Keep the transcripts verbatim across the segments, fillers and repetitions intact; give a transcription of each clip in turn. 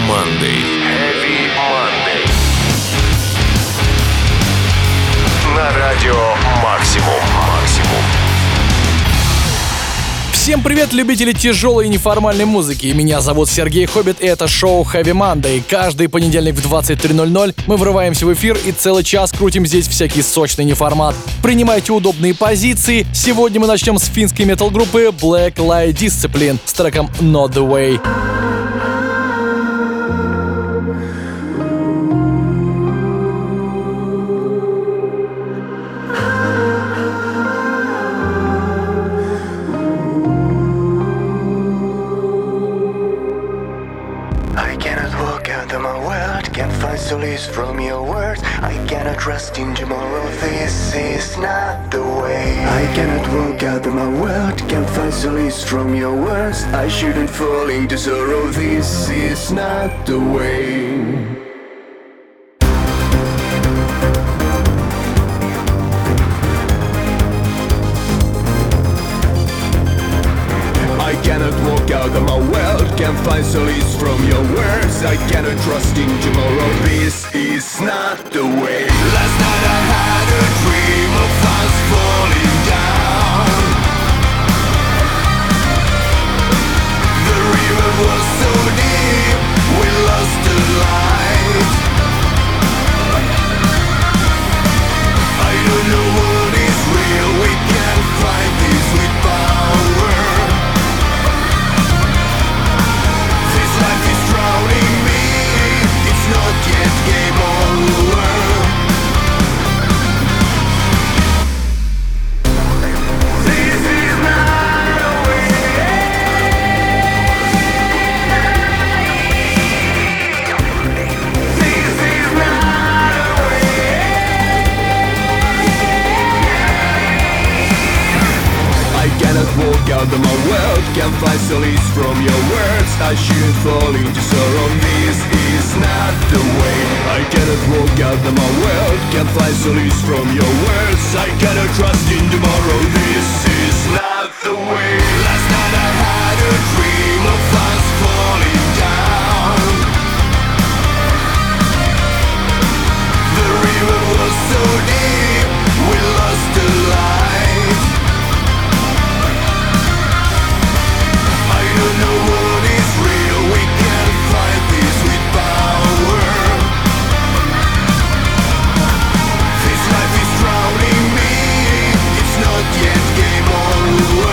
Monday. Heavy Monday. На радио Максимум. Максимум. Всем привет, любители тяжелой и неформальной музыки. Меня зовут Сергей Хоббит, и это шоу Heavy Monday. Каждый понедельник в двадцать три ноль ноль мы врываемся в эфир и целый час крутим здесь всякий сочный неформат. Принимайте удобные позиции. Сегодня мы начнем с финской метал-группы Black Light Discipline с треком Not The Way. Solace from your words, I cannot trust in tomorrow. This is not the way. I cannot walk out of my world, can't find solace from your words. I shouldn't fall into sorrow. This is not the way. I cannot walk out of my world, can't find solace from your words. I cannot trust in tomorrow, this is not the way. Last night I had a dream of us falling down. The river was so deep, we lost the light. I don't know what is real, we can't fight this with power. Life is drowning me, it's not yet game over. This is not the way. This is not the way. I cannot walk out of my world, can't find solace from your words. I shouldn't fall into sorrow, this is not the way. I cannot walk out of my world, can't find solace from your words. I cannot trust in tomorrow, this is not the way. Last night I had a dream of us falling down. The river was so deep, we lost the light. I don't know what is real, we can't fight this with power. This life is drowning me, it's not yet game over.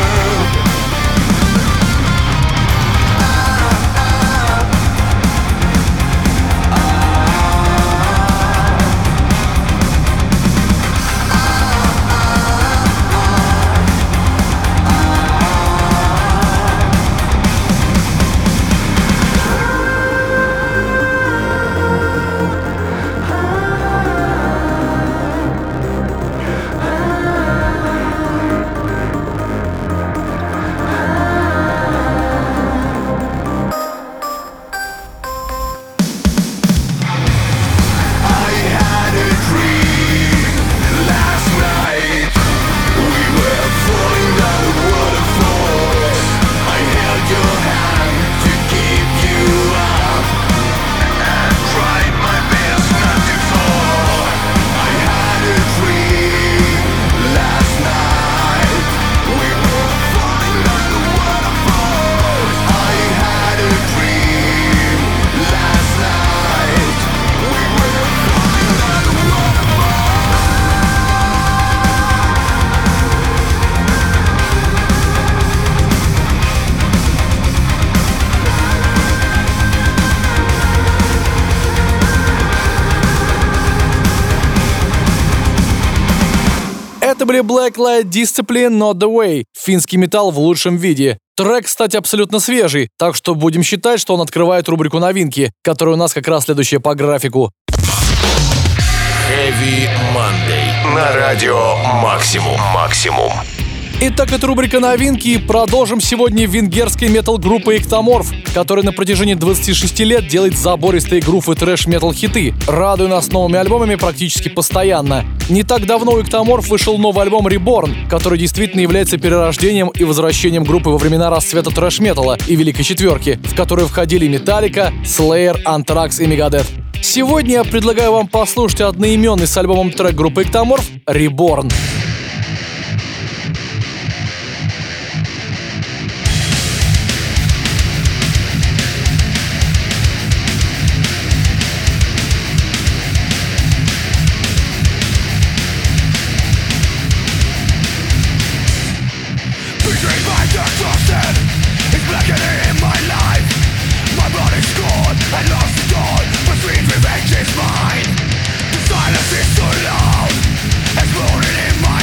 Это были Black Light Discipline Not The Way. Финский металл в лучшем виде. Трек, кстати, абсолютно свежий, так что будем считать, что он открывает рубрику новинки, которая у нас как раз следующая по графику. Heavy Monday. На радио Максимум. Максимум. Итак, это рубрика новинки, и продолжим сегодня венгерской метал-группой Эктоморф, которая на протяжении двадцати шести лет делает забористые грув и трэш-метал хиты, радуя нас новыми альбомами практически постоянно. Не так давно у Эктоморф вышел новый альбом Reborn, который действительно является перерождением и возвращением группы во времена расцвета трэш-металла и Великой Четверки, в которую входили Metallica, Slayer, Anthrax и Megadeth. Сегодня я предлагаю вам послушать одноименный с альбомом трек группы Эктоморф Reborn. Revenge is mine. The silence is so loud, exploding in my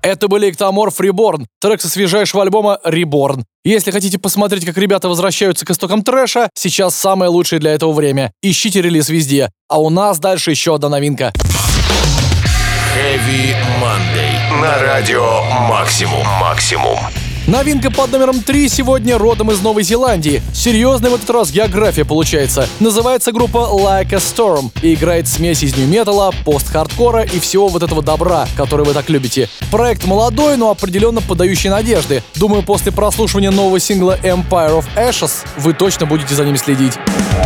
Это были Эктоморф Reborn, трек со свежайшего альбома Reborn. Если хотите посмотреть, как ребята возвращаются к истокам трэша, сейчас самое лучшее для этого время. Ищите релиз везде. А у нас дальше еще одна новинка. Heavy Monday на радио Максимум. Максимум. Новинка под номером три сегодня родом из Новой Зеландии. Серьезная в этот раз география получается. Называется группа Like a Storm и играет смесь из нью-металла, пост-хардкора и всего вот этого добра, который вы так любите. Проект молодой, но определенно подающий надежды. Думаю, после прослушивания нового сингла Empire of Ashes вы точно будете за ним следить.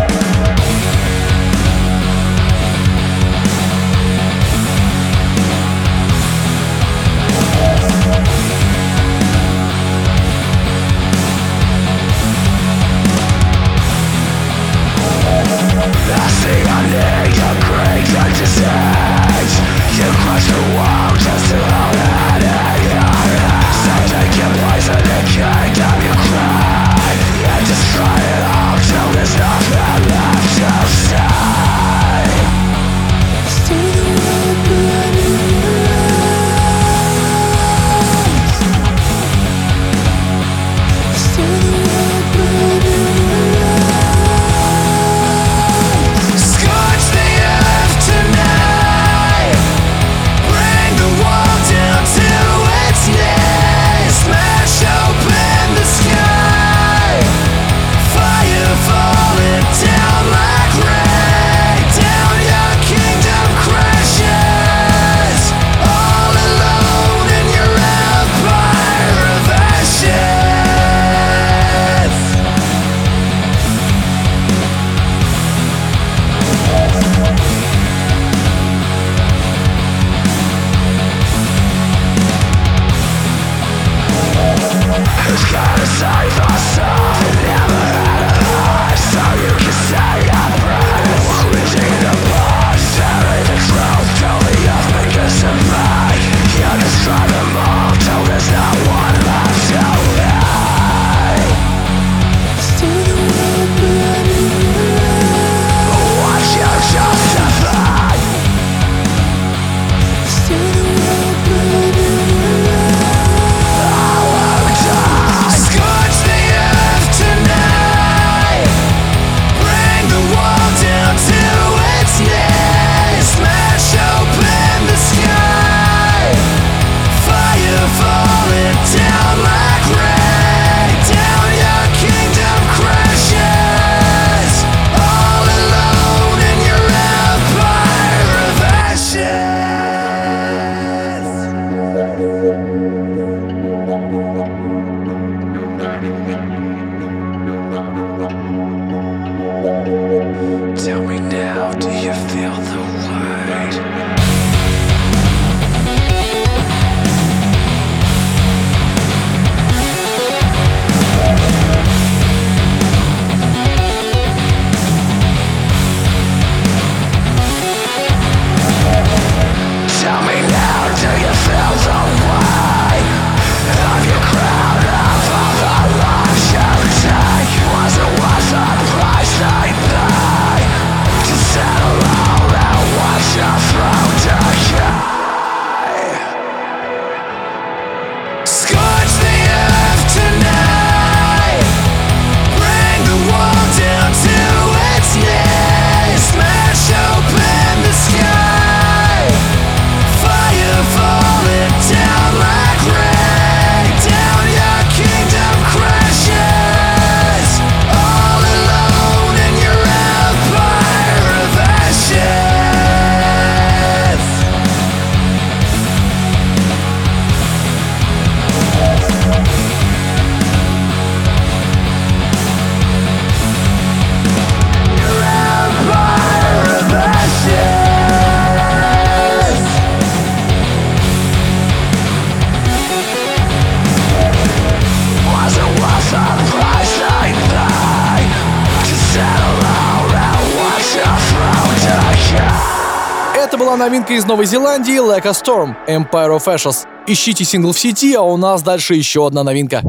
Новинка из Новой Зеландии Like a Storm, Empire of Ashes. Ищите сингл в сети, а у нас дальше еще одна новинка.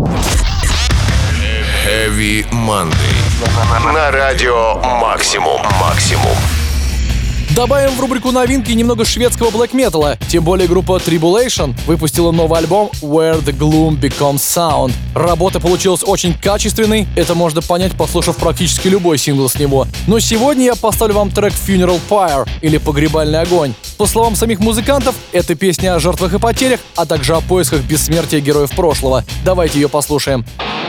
Heavy Monday на радио Максимум. Максимум. Добавим в рубрику новинки немного шведского блэк-металла. Тем более группа Tribulation выпустила новый альбом Where the Gloom Becomes Sound. Работа получилась очень качественной, это можно понять, послушав практически любой сингл с него. Но сегодня я поставлю вам трек Funeral Pyre или Погребальный огонь. По словам самих музыкантов, это песня о жертвах и потерях, а также о поисках бессмертия героев прошлого. Давайте ее послушаем.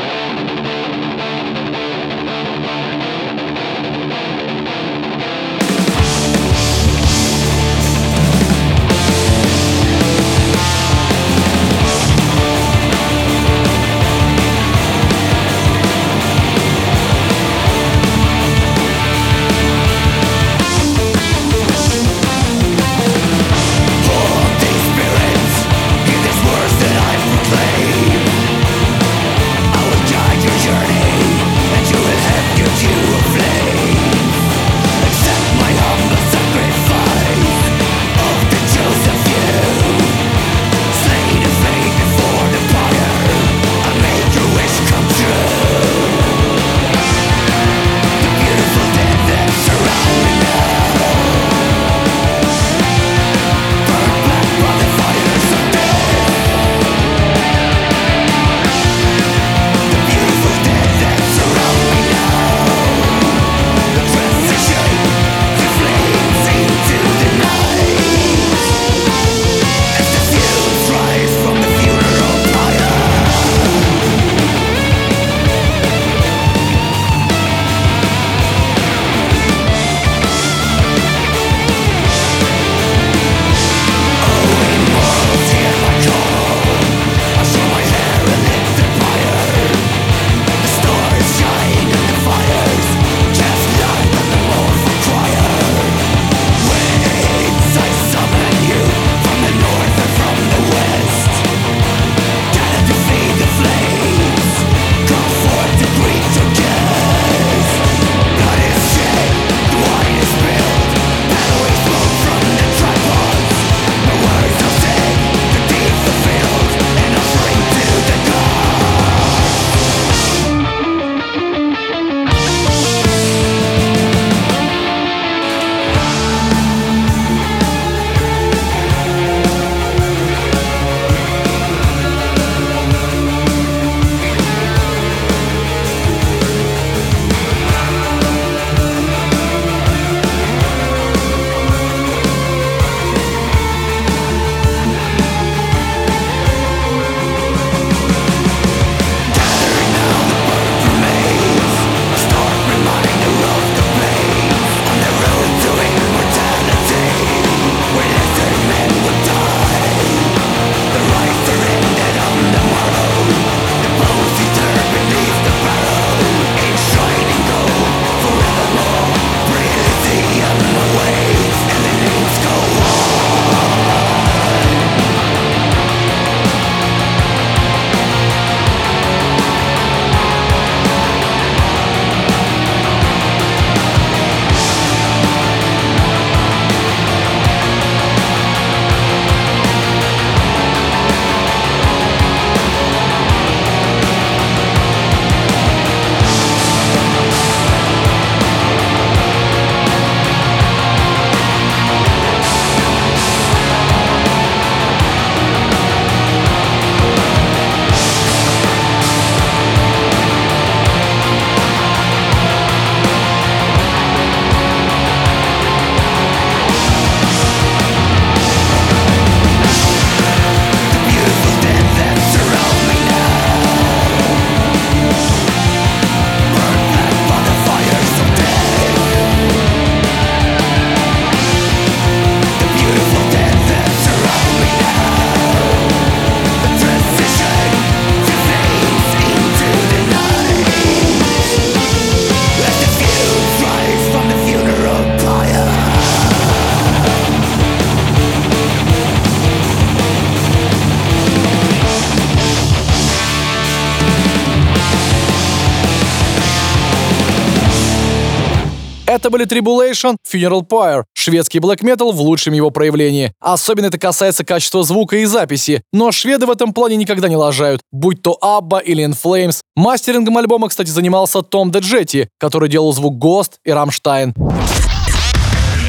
Это были Tribulation, Funeral Pyre, шведский блэк-метал в лучшем его проявлении. Особенно это касается качества звука и записи, но шведы в этом плане никогда не лажают, будь то Abba или In Flames. Мастерингом альбома, кстати, занимался Том Деджетти, который делал звук Ghost и Rammstein.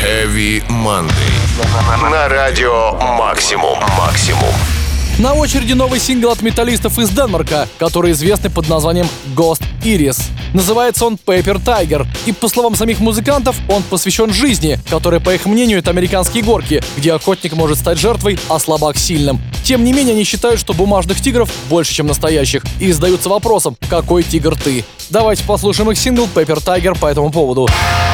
Heavy Monday. На радио Максимум. Максимум. На очереди новый сингл от металлистов из Денмарка, который известный под названием Ghost Iris. Называется он Paper Tiger, и по словам самих музыкантов, он посвящен жизни, которая, по их мнению, это американские горки, где охотник может стать жертвой, а слабак сильным. Тем не менее, они считают, что бумажных тигров больше, чем настоящих, и задаются вопросом, какой тигр ты? Давайте послушаем их сингл Paper Tiger по этому поводу.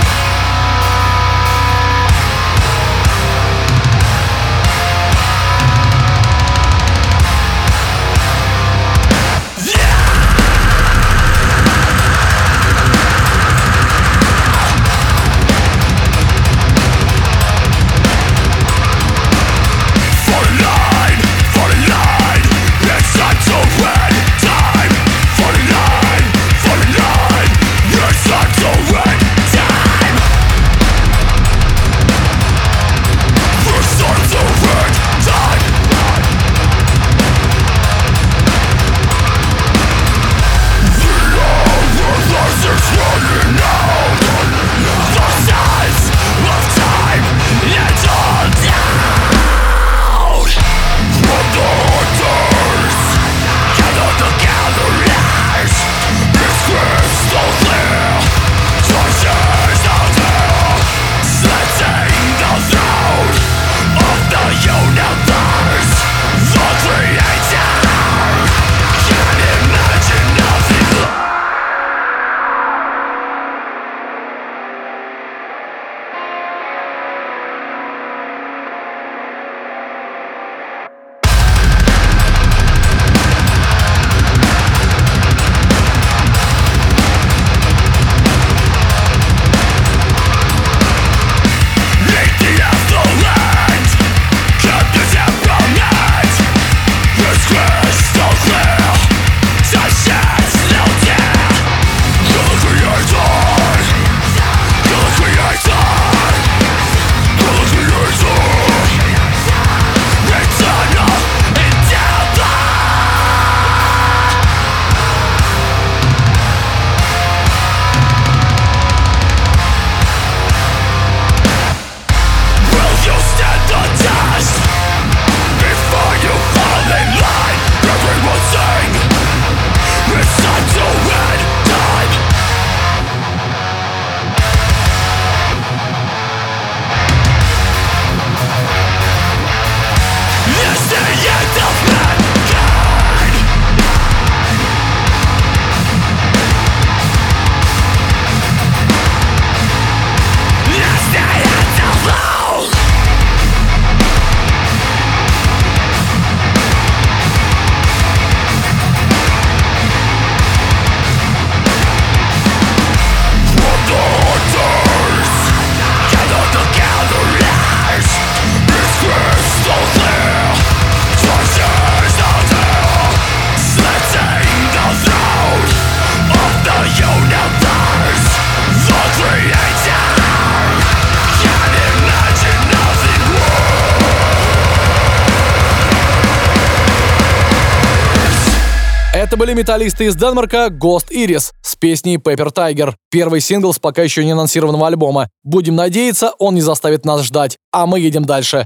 Это были металлисты из Денмарка Ghost Iris с песней Paper Tiger. Первый сингл с пока еще не анонсированного альбома. Будем надеяться, он не заставит нас ждать. А мы едем дальше.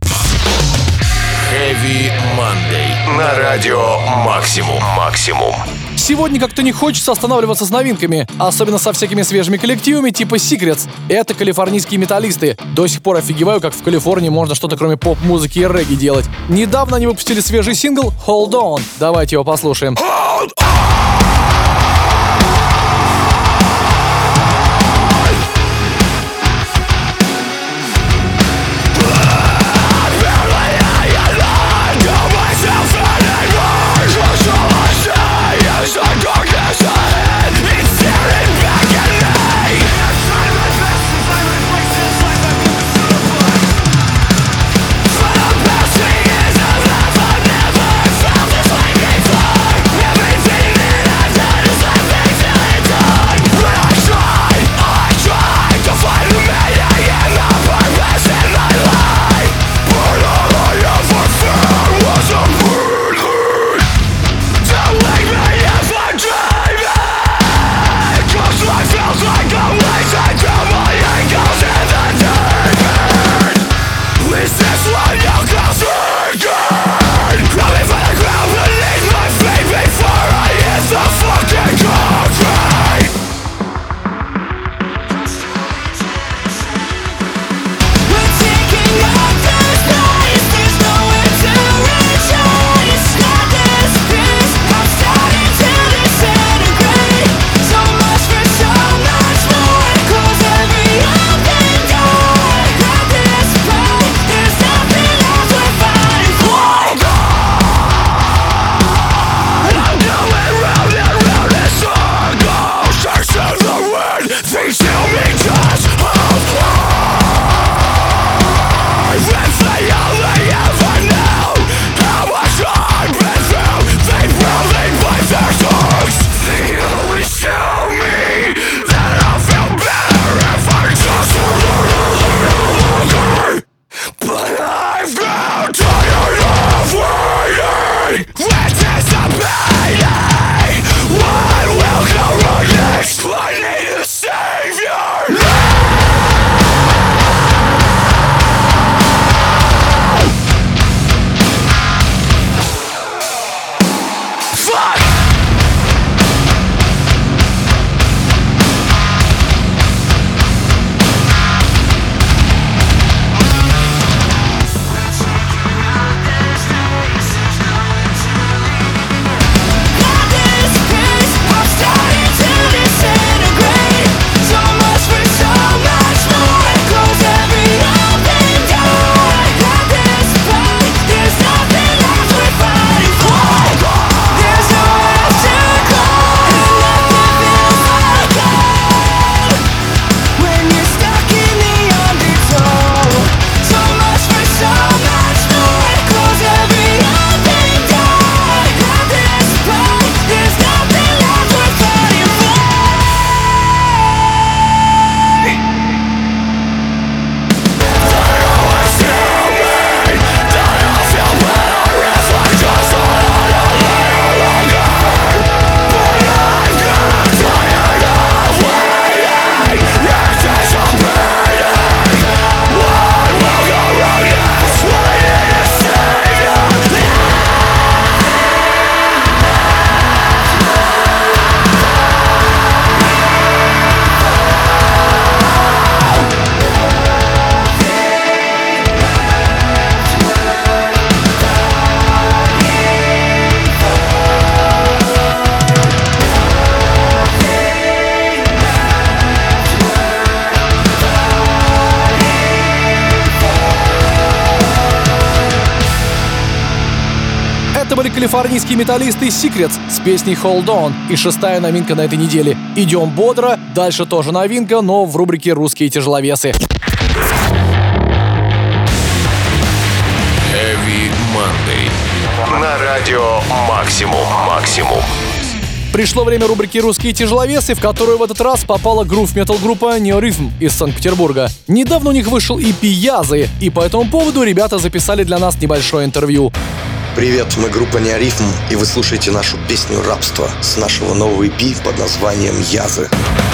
Heavy Monday. На радио Максимум. Максимум. Сегодня как-то не хочется останавливаться с новинками, особенно со всякими свежими коллективами типа Secrets. Это калифорнийские металлисты. До сих пор офигеваю, как в Калифорнии можно что-то кроме поп-музыки и регги делать. Недавно они выпустили свежий сингл Hold On. Давайте его послушаем. Hold on! Everything that I калифорнийские металлисты Secrets с песней Hold On и шестая новинка на этой неделе. Идем бодро, дальше тоже новинка, но в рубрике «Русские тяжеловесы». Heavy Monday. На радио Максимум. Максимум. Пришло время рубрики «Русские тяжеловесы», в которую в этот раз попала грув-метал-группа Neorhythm из Санкт-Петербурга. Недавно у них вышел и пи «Язы», и по этому поводу ребята записали для нас небольшое интервью. Привет, мы группа Neorhythm, и вы слушаете нашу песню «Рабство» с нашего нового и пи под названием «Язы».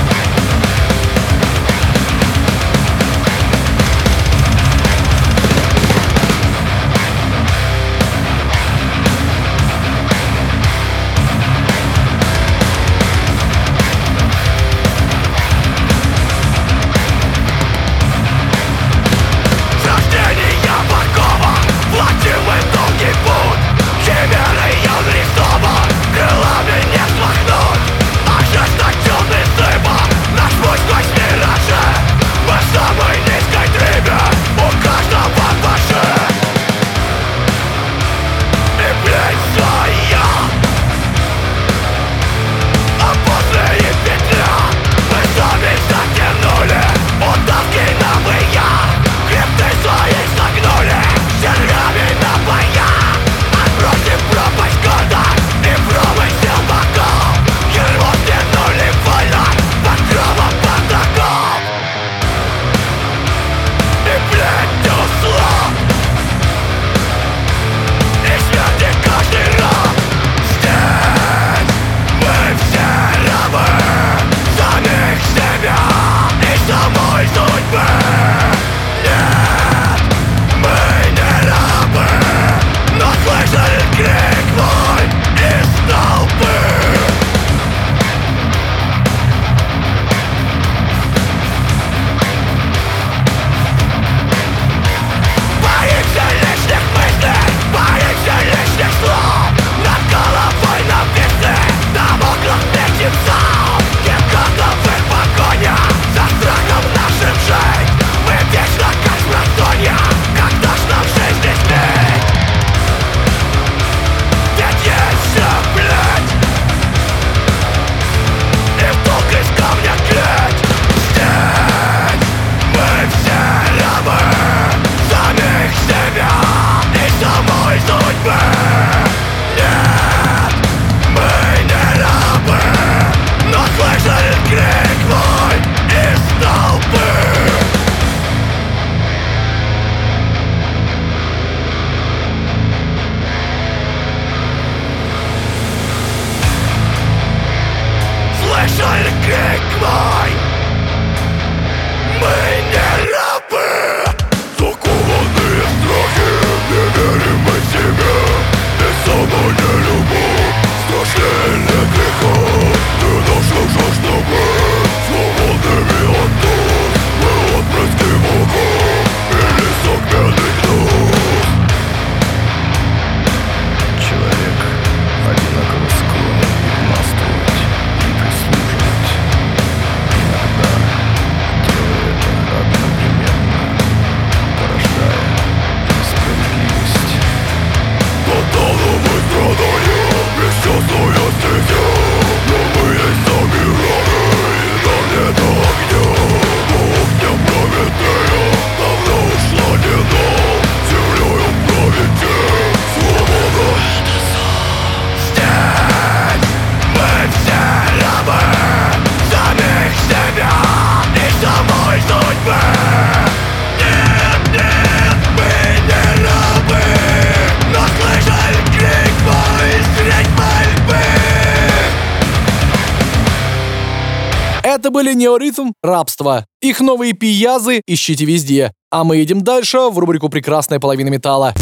Это были Neorhythm, «Рабство». Их новые пи «Язы» ищите везде. А мы едем дальше в рубрику «Прекрасная половина металла».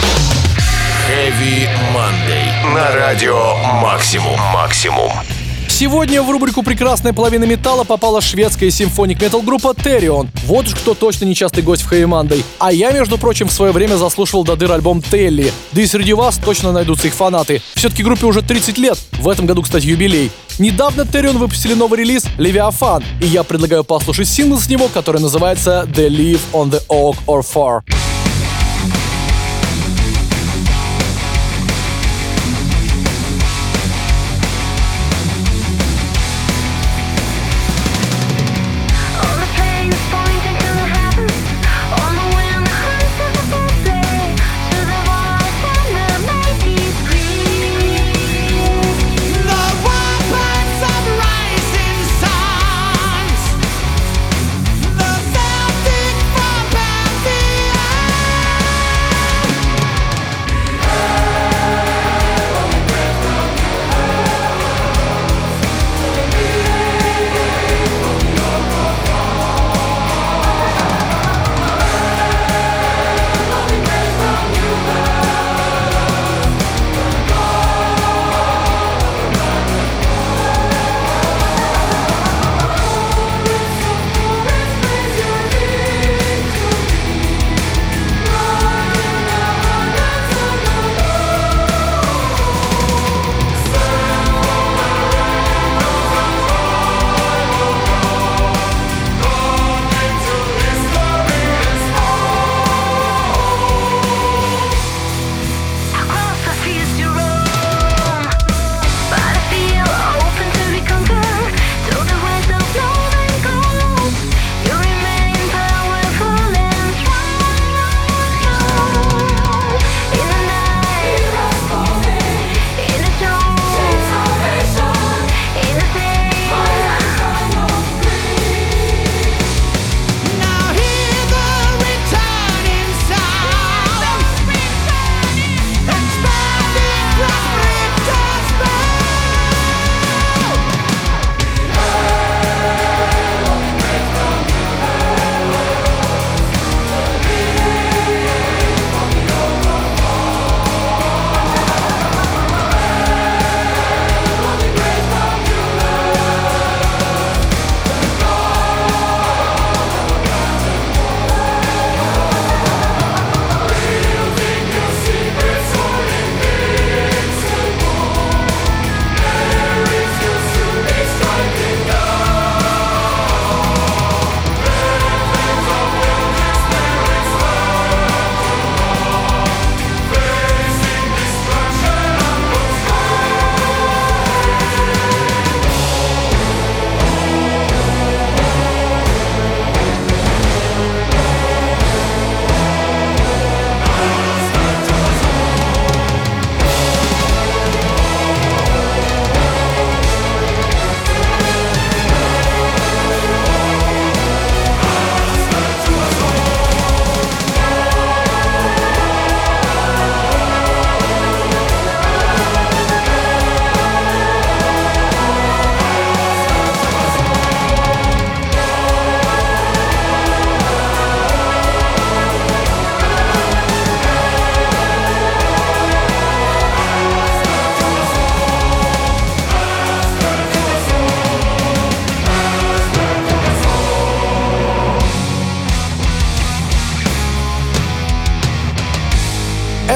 Heavy Monday. На радио Максимум. Максимум. Сегодня в рубрику «Прекрасная половина металла» попала шведская симфоник-метал-группа Therion. Вот уж кто точно нечастый гость в Heavy Monday. А я, между прочим, в свое время заслушивал до дыр альбом Телли. Да и среди вас точно найдутся их фанаты. Все-таки группе уже тридцать лет. В этом году, кстати, юбилей. Недавно Therion выпустили новый релиз «Leviathan», и я предлагаю послушать сингл с него, который называется «They Live on the Oak or Far».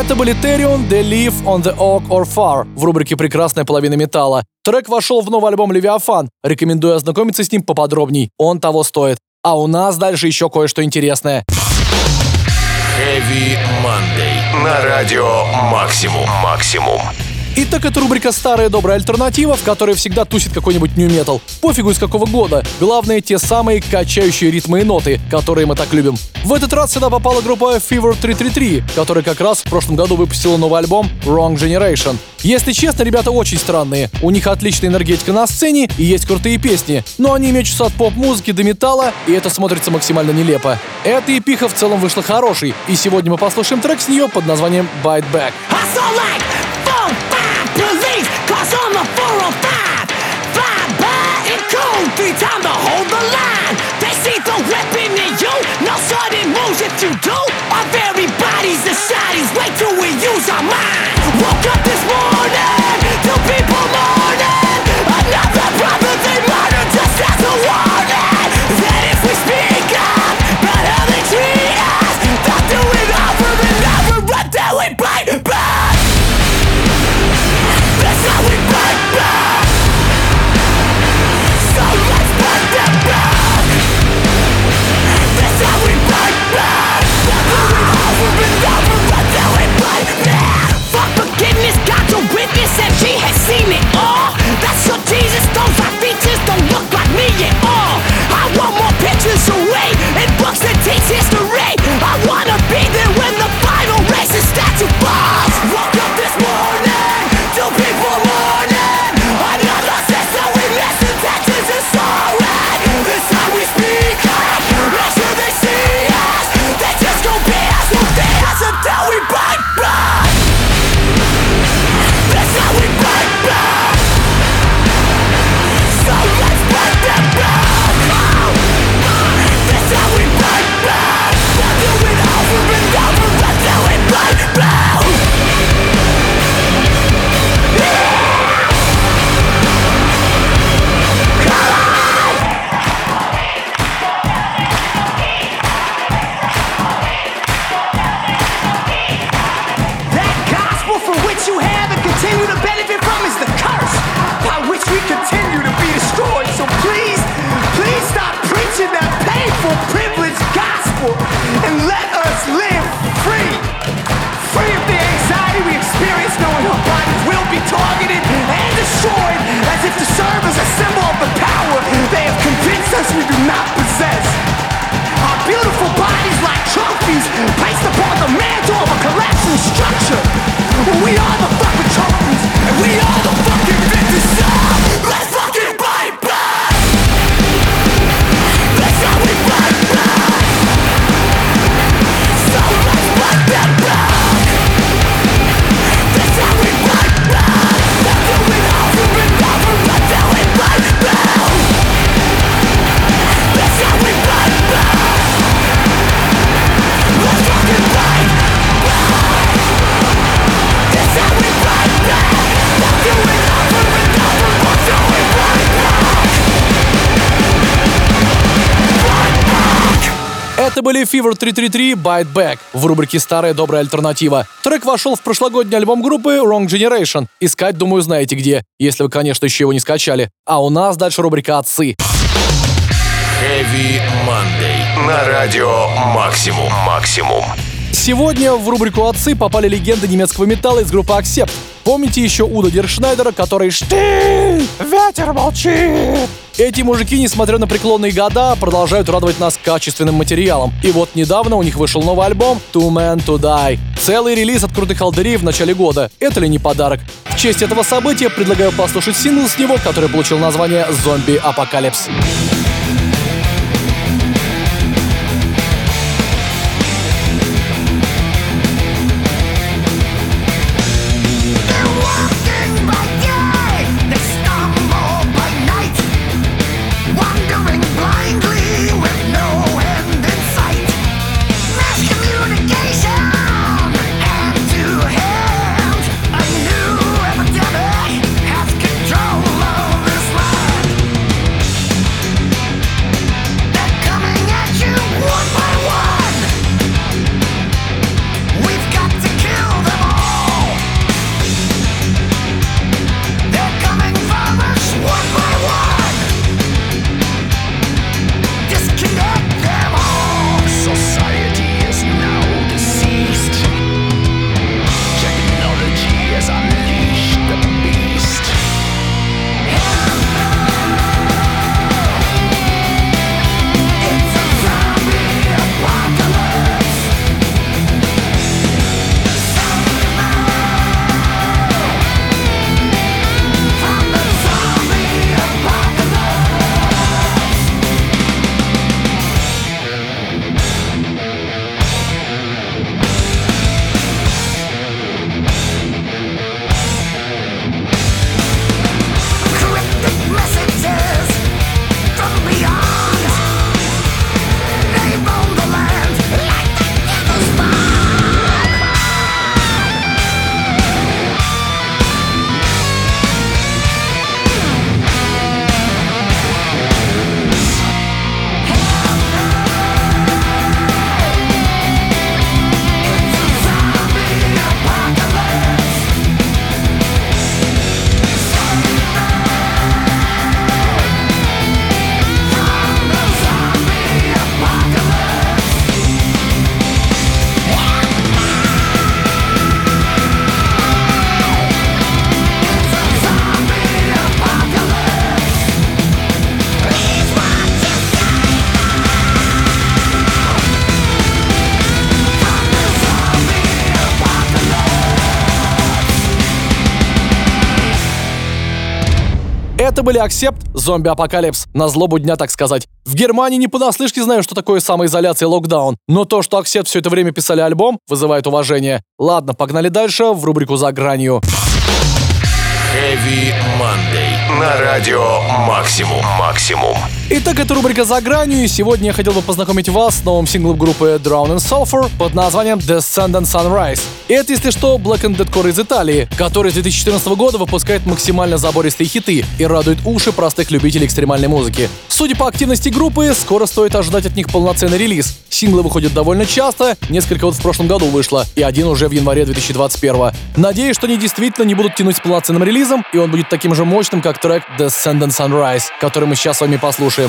Это были Therion, They Live on the Oak or Far в рубрике «Прекрасная половина металла». Трек вошел в новый альбом «Левиафан». Рекомендую ознакомиться с ним поподробней. Он того стоит. А у нас дальше еще кое-что интересное. Heavy Monday на радио Максимум. Максимум. Итак, это рубрика «Старая добрая альтернатива», в которой всегда тусит какой-нибудь нью-метал. Пофигу из какого года. Главное, те самые качающие ритмы и ноты, которые мы так любим. В этот раз сюда попала группа Fever три три три, которая как раз в прошлом году выпустила новый альбом Wrong Generation. Если честно, ребята очень странные. У них отличная энергетика на сцене и есть крутые песни, но они мечутся от поп-музыки до металла, и это смотрится максимально нелепо. Эта эпиха в целом вышла хорошей, и сегодня мы послушаем трек с нее под названием Bite Back. Police, cause on the four oh five, fly by and cool, three times to hold the line. They see the weapon in you, no sudden moves if you do. Our very bodies the shotties, wait till we use our minds. Woke up this morning, two people mourning, another brother they murdered just as a warning. That if we speak up, but how they treat us, they'll do it over and over until we bite back. That's how we bite back. So let's bite them back. That's how we bite back. We'll do it over and over until we bite back. Fuck forgiveness, God's a witness and she has seen it all. That's your Jesus, those are features don't look like me at all. I want more pictures away and books that teach history. I wanna be there when the final racist statue falls. Woke up this morning, two people mourning, another sister we miss in Texas is sorry. This how we speak up, make sure they see us. They just gon' be us, won't be us until we bite back. That's how we bite back. So let's bite them back. That's how we bite back. We'll do it over and over until we bite back. You have and continue to benefit from is the curse by which we continue to be destroyed. So please, please stop preaching that painful, privileged gospel and let us live free. Free of the anxiety we experience knowing our bodies will be targeted and destroyed as if to serve as a symbol of the power they have convinced us we do not possess. Our beautiful bodies like trophies placed upon the mantle of a collapsing structure. We are the fucking trophies, and we are the fucking victims. So let's fucking bite back. That's how we bite back. So let's bite them back. That's how we bite back. We'll do it over and over until we bite back. That's how we bite back. Let's fucking bite back. That's how we bite back. We'll do it over and over until we bite back. Bite back. Это были Fever три три три Bite Back в рубрике «Старая добрая альтернатива». Трек вошел в прошлогодний альбом группы Wrong Generation. Искать, думаю, знаете где, если вы, конечно, еще его не скачали. А у нас дальше рубрика «Отцы». Heavy Monday на радио Максимум. Максимум. Сегодня в рубрику «Отцы» попали легенды немецкого металла из группы Accept. Помните еще Удо Диркшнайдера, который «Штиль! Ветер молчит!» Эти мужики, несмотря на преклонные года, продолжают радовать нас качественным материалом. И вот недавно у них вышел новый альбом «Two Men to Die». Целый релиз от крутых алдарей в начале года. Это ли не подарок? В честь этого события предлагаю послушать сингл с него, который получил название «Зомби Апокалипс». Control of this land. Это были Accept, Zombie Apocalypse, на злобу дня, так сказать. В Германии не понаслышке знаю, что такое самоизоляция и локдаун, но то, что Accept все это время писали альбом, вызывает уважение. Ладно, погнали дальше в рубрику «За гранью». Heavy Monday на радио Максимум. Максимум. Итак, это рубрика «За гранью», и сегодня я хотел бы познакомить вас с новым синглом группы Drown in Sulfur под названием Descendant Sunrise. И это, если что, Black and Deadcore из Италии, который с две тысячи четырнадцатого года выпускает максимально забористые хиты и радует уши простых любителей экстремальной музыки. Судя по активности группы, скоро стоит ожидать от них полноценный релиз. Синглы выходят довольно часто, несколько вот в прошлом году вышло, и один уже в январе две тысячи двадцать первого. Надеюсь, что они действительно не будут тянуть с полноценным релизом, и он будет таким же мощным, как трек Descendant Sunrise, который мы сейчас с вами послушаем.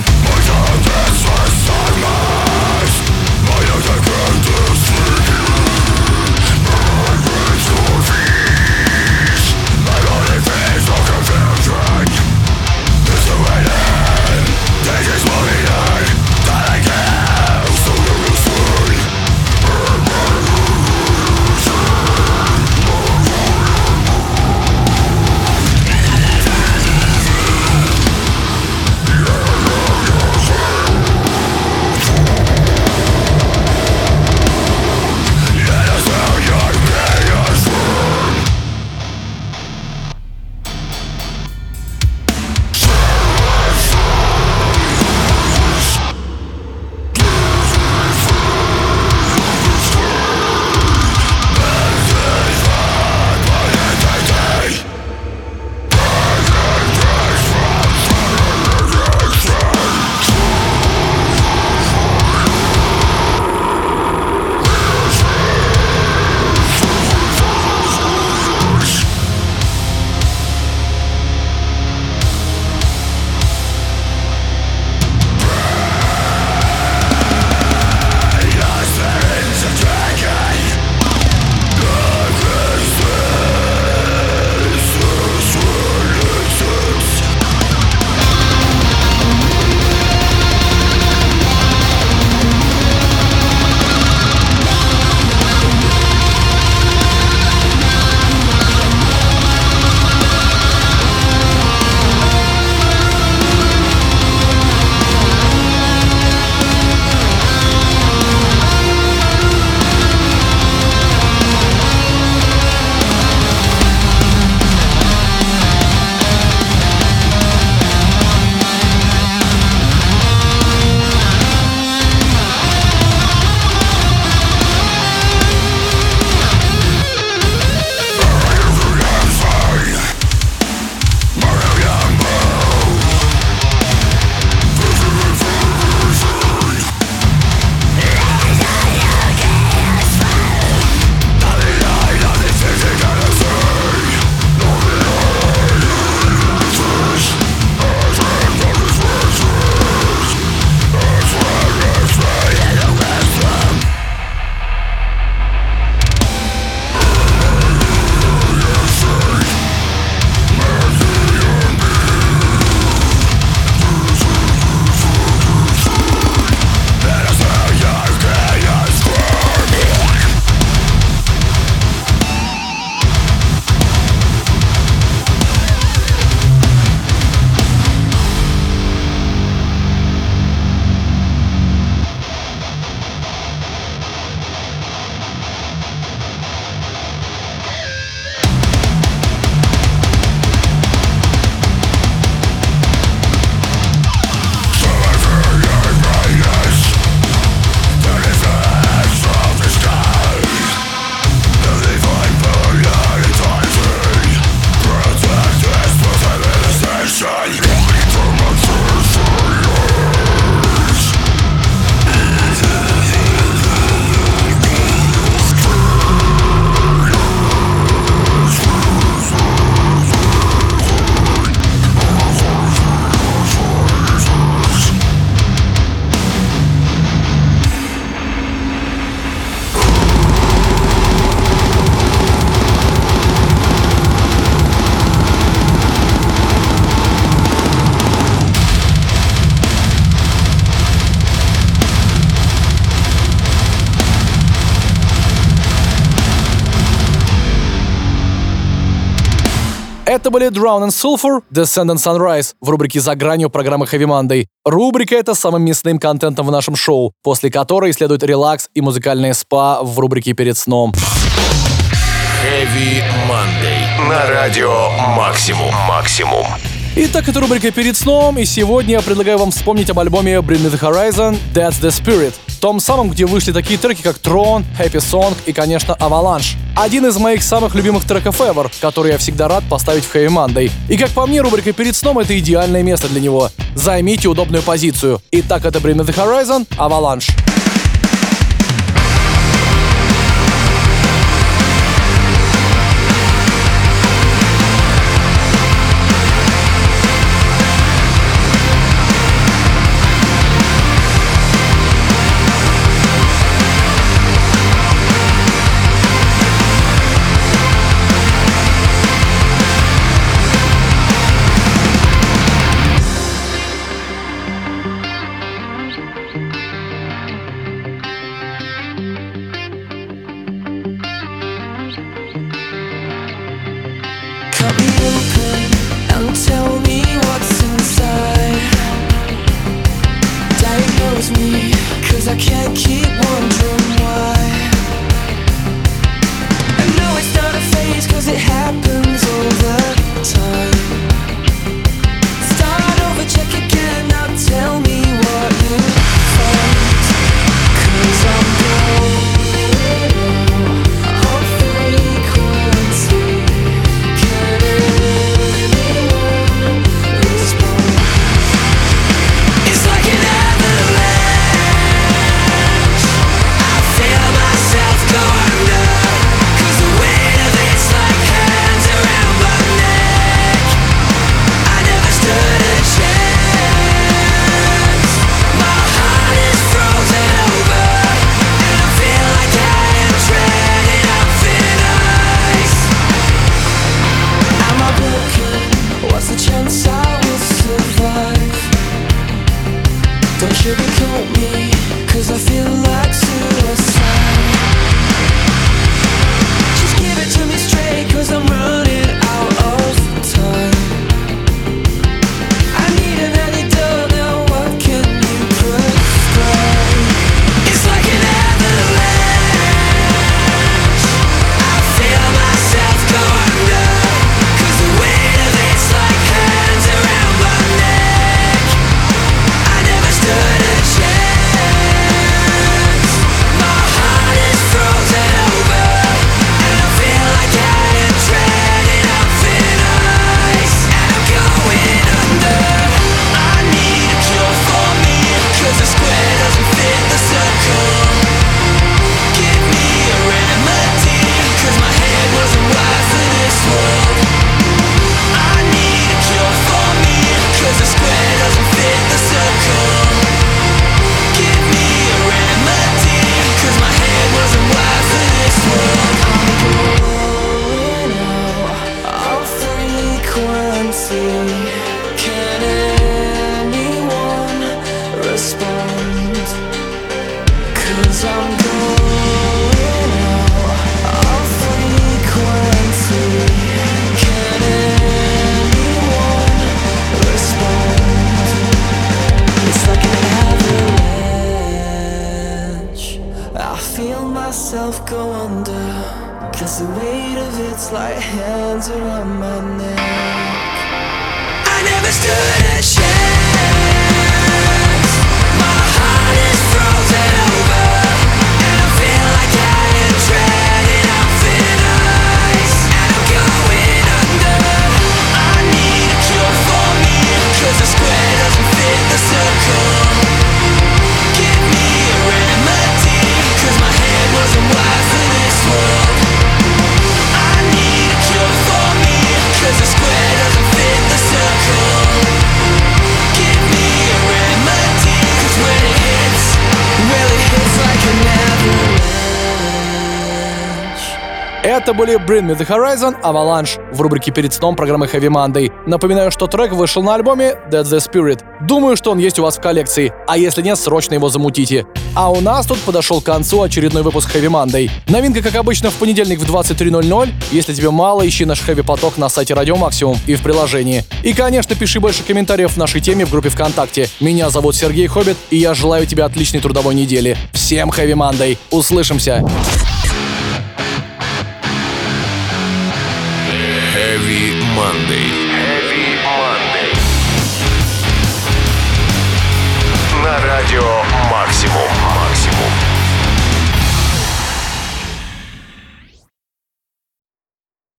Это были Drown and Sulfur, Descend and Sunrise в рубрике «За гранью» программы Heavy Monday. Рубрика эта с самым мясным контентом в нашем шоу, после которой следует релакс и музыкальное спа в рубрике «Перед сном». Heavy Monday на радио Максимум. Максимум. Итак, это рубрика «Перед сном», и сегодня я предлагаю вам вспомнить об альбоме Bring Me The Horizon That's The Spirit, том самом, где вышли такие треки, как Throne, Happy Song и, конечно, Avalanche. Один из моих самых любимых треков ever, который я всегда рад поставить в Heavy Monday. И, как по мне, рубрика «Перед сном» — это идеальное место для него. Займите удобную позицию. Итак, это Bring Me The Horizon, Avalanche. Это были Bring Me The Horizon, Avalanche в рубрике «Перед сном» программы Heavy Monday. Напоминаю, что трек вышел на альбоме That's The Spirit. Думаю, что он есть у вас в коллекции, а если нет, срочно его замутите. А у нас тут подошел к концу очередной выпуск Heavy Monday. Новинка, как обычно, в понедельник в двадцать три ноль ноль. Если тебе мало, ищи наш Heavy Поток на сайте Радио Максимум и в приложении. И, конечно, пиши больше комментариев в нашей теме в группе ВКонтакте. Меня зовут Сергей Хоббит, и я желаю тебе отличной трудовой недели. Всем Heavy Monday. Услышимся. Heavy Monday. Heavy Monday. На радио Максимум.